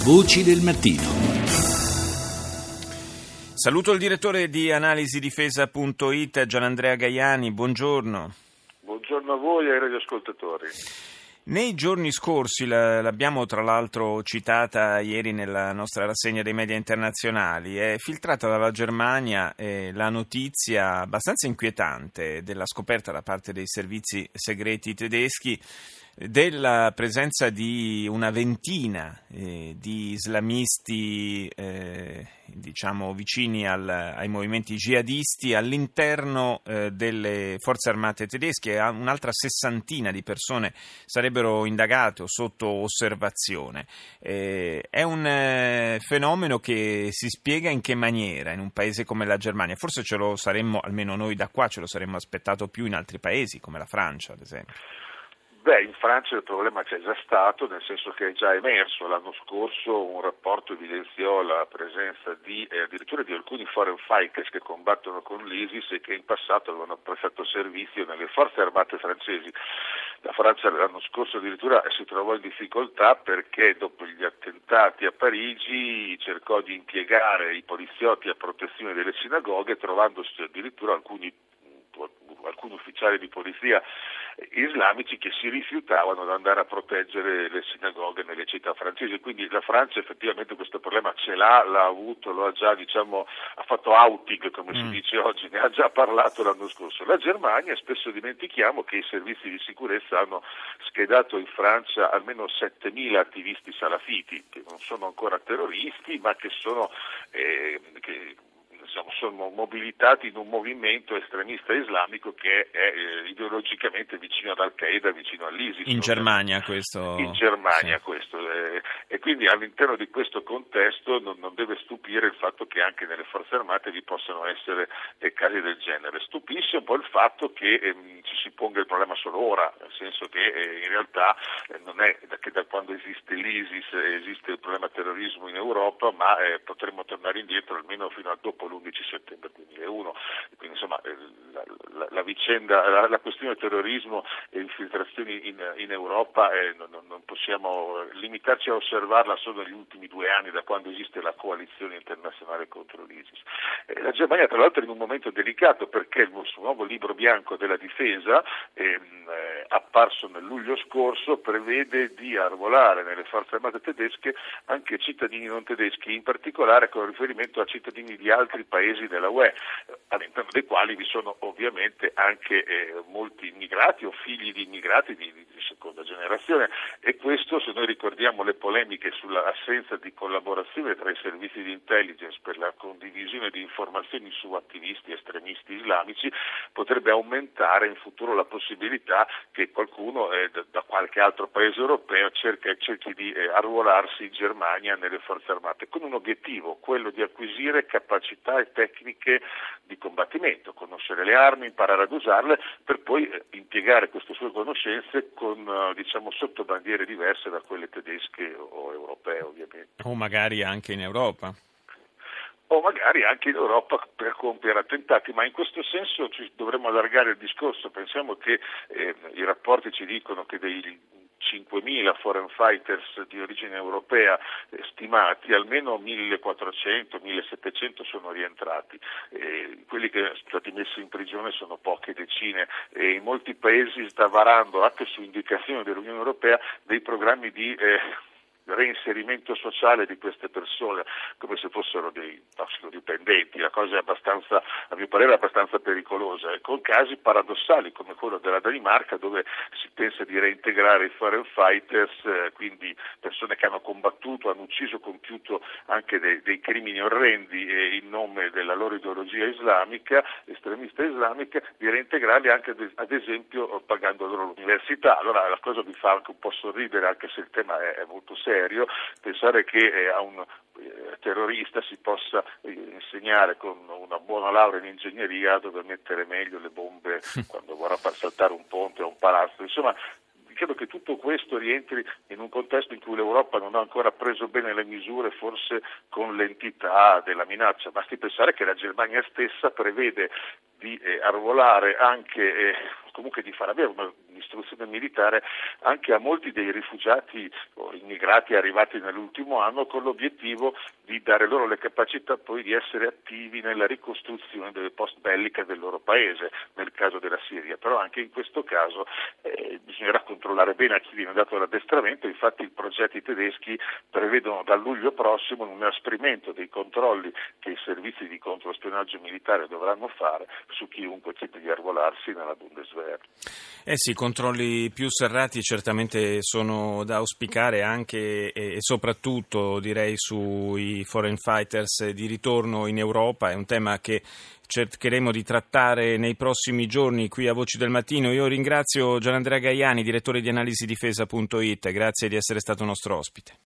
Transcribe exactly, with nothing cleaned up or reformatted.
Voci del mattino. Saluto il direttore di analisi difesa punto it, Gianandrea Gaiani, buongiorno. Buongiorno a voi e ai radioascoltatori. Nei giorni scorsi, l'abbiamo tra l'altro citata ieri nella nostra rassegna dei media internazionali, è filtrata dalla Germania eh, la notizia abbastanza inquietante della scoperta da parte dei servizi segreti tedeschi della presenza di una ventina eh, di islamisti eh, diciamo vicini al, ai movimenti jihadisti all'interno eh, delle forze armate tedesche. Un'altra sessantina di persone sarebbero indagate o sotto osservazione. Eh, è un eh, fenomeno che si spiega in che maniera in un paese come la Germania? Forse ce lo saremmo, almeno noi da qua, ce lo saremmo aspettato più in altri paesi come la Francia ad esempio. Beh, in Francia il problema c'è già stato, nel senso che è già emerso. L'anno scorso un rapporto evidenziò la presenza di eh, addirittura di alcuni foreign fighters che combattono con l'ISIS e che in passato avevano prestato servizio nelle forze armate francesi. La Francia l'anno scorso addirittura si trovò in difficoltà perché dopo gli attentati a Parigi cercò di impiegare i poliziotti a protezione delle sinagoghe, trovandosi addirittura alcuni alcuni ufficiali di polizia islamici che si rifiutavano di andare a proteggere le sinagoghe nelle città francesi. Quindi la Francia effettivamente questo problema ce l'ha, l'ha avuto, lo ha già diciamo ha fatto outing come si dice oggi, ne ha già parlato l'anno scorso. La Germania, spesso dimentichiamo che i servizi di sicurezza hanno schedato in Francia almeno settemila attivisti salafiti, che non sono ancora terroristi ma che sono eh, che Diciamo, sono mobilitati in un movimento estremista islamico che è eh, ideologicamente vicino ad Al-Qaeda, vicino all'ISIS. In Germania questo? In Germania sì. questo. Eh, e quindi all'interno di questo contesto non, non deve stupire il fatto che anche nelle forze armate vi possano essere eh, casi del genere. Stupisce un po' il fatto che eh, ci si ponga il problema solo ora, nel senso che eh, in realtà eh, non è da, che da quando esiste l'ISIS eh, esiste il problema terrorismo in Europa, ma eh, potremmo tornare indietro almeno fino a dopo l'undici settembre duemilauno. Quindi insomma la, la, la vicenda, la, la questione terrorismo e infiltrazioni in, in Europa eh, non, non possiamo limitarci a osservarla solo negli ultimi due anni da quando esiste la coalizione internazionale contro l'ISIS. Eh, la Germania tra l'altro è in un momento delicato perché il suo nuovo libro bianco della difesa ehm, eh, apparso nel luglio scorso prevede di arruolare nelle forze armate tedesche anche cittadini non tedeschi, in particolare con riferimento a cittadini di altri paesi della U E, all'interno dei quali vi sono ovviamente anche eh, molti immigrati o figli di immigrati di, di seconda generazione, e questo, se noi ricordiamo le polemiche sull'assenza di collaborazione tra i servizi di intelligence per la condivisione di informazioni su attivisti estremisti islamici, potrebbe aumentare in futuro la possibilità che qualcuno eh, da, da qualche altro paese europeo cerca, cerchi di eh, arruolarsi in Germania nelle forze armate, con un obiettivo, quello di acquisire capacità e tecniche di combattimento, conoscere le armi, imparare ad usarle, per poi eh, impiegare queste sue conoscenze con eh, diciamo sotto bandiere diverse da quelle tedesche o europee ovviamente. O magari anche in Europa. O magari anche in Europa per compiere attentati, ma in questo senso ci dovremmo allargare il discorso. Pensiamo che eh, i rapporti ci dicono che dei cinquemila foreign fighters di origine europea eh, stimati, almeno millequattrocento millesettecento sono rientrati. Eh, quelli che sono stati messi in prigione sono poche decine, e in molti paesi sta varando, anche su indicazione dell'Unione Europea, dei programmi di eh, reinserimento sociale di queste persone come se fossero dei tossicodipendenti. La cosa è abbastanza, a mio parere, abbastanza pericolosa, e con casi paradossali come quello della Danimarca, dove si pensa di reintegrare i foreign fighters, eh, quindi persone che hanno combattuto, hanno ucciso, compiuto anche dei, dei crimini orrendi eh, in nome della loro ideologia islamica, estremista islamica, di reintegrarli anche ad esempio pagando loro l'università. Allora la cosa mi fa anche un po' sorridere, anche se il tema è, è molto serio. Pensare che eh, a un eh, terrorista si possa eh, insegnare con una buona laurea in ingegneria dove mettere meglio le bombe quando vorrà far saltare un ponte o un palazzo. Insomma, credo che tutto questo rientri in un contesto in cui l'Europa non ha ancora preso bene le misure, forse con l'entità della minaccia. Basti pensare che la Germania stessa prevede di eh, arruolare anche, eh, comunque di far avere una istruzione militare anche a molti dei rifugiati o immigrati arrivati nell'ultimo anno, con l'obiettivo di dare loro le capacità poi di essere attivi nella ricostruzione delle post belliche del loro paese, nel caso della Siria. Però anche in questo caso eh, bisognerà controllare bene a chi viene dato l'addestramento. Infatti i progetti tedeschi prevedono dal luglio prossimo un inasprimento dei controlli che i servizi di controspionaggio militare dovranno fare su chiunque chiede di arruolarsi nella Bundeswehr. Eh sì, controlli più serrati certamente sono da auspicare anche e, e soprattutto direi sui foreign fighters di ritorno in Europa. È un tema che cercheremo di trattare nei prossimi giorni qui a Voci del Mattino. Io ringrazio Gianandrea Gaiani, direttore di analisi difesa punto it, grazie di essere stato nostro ospite.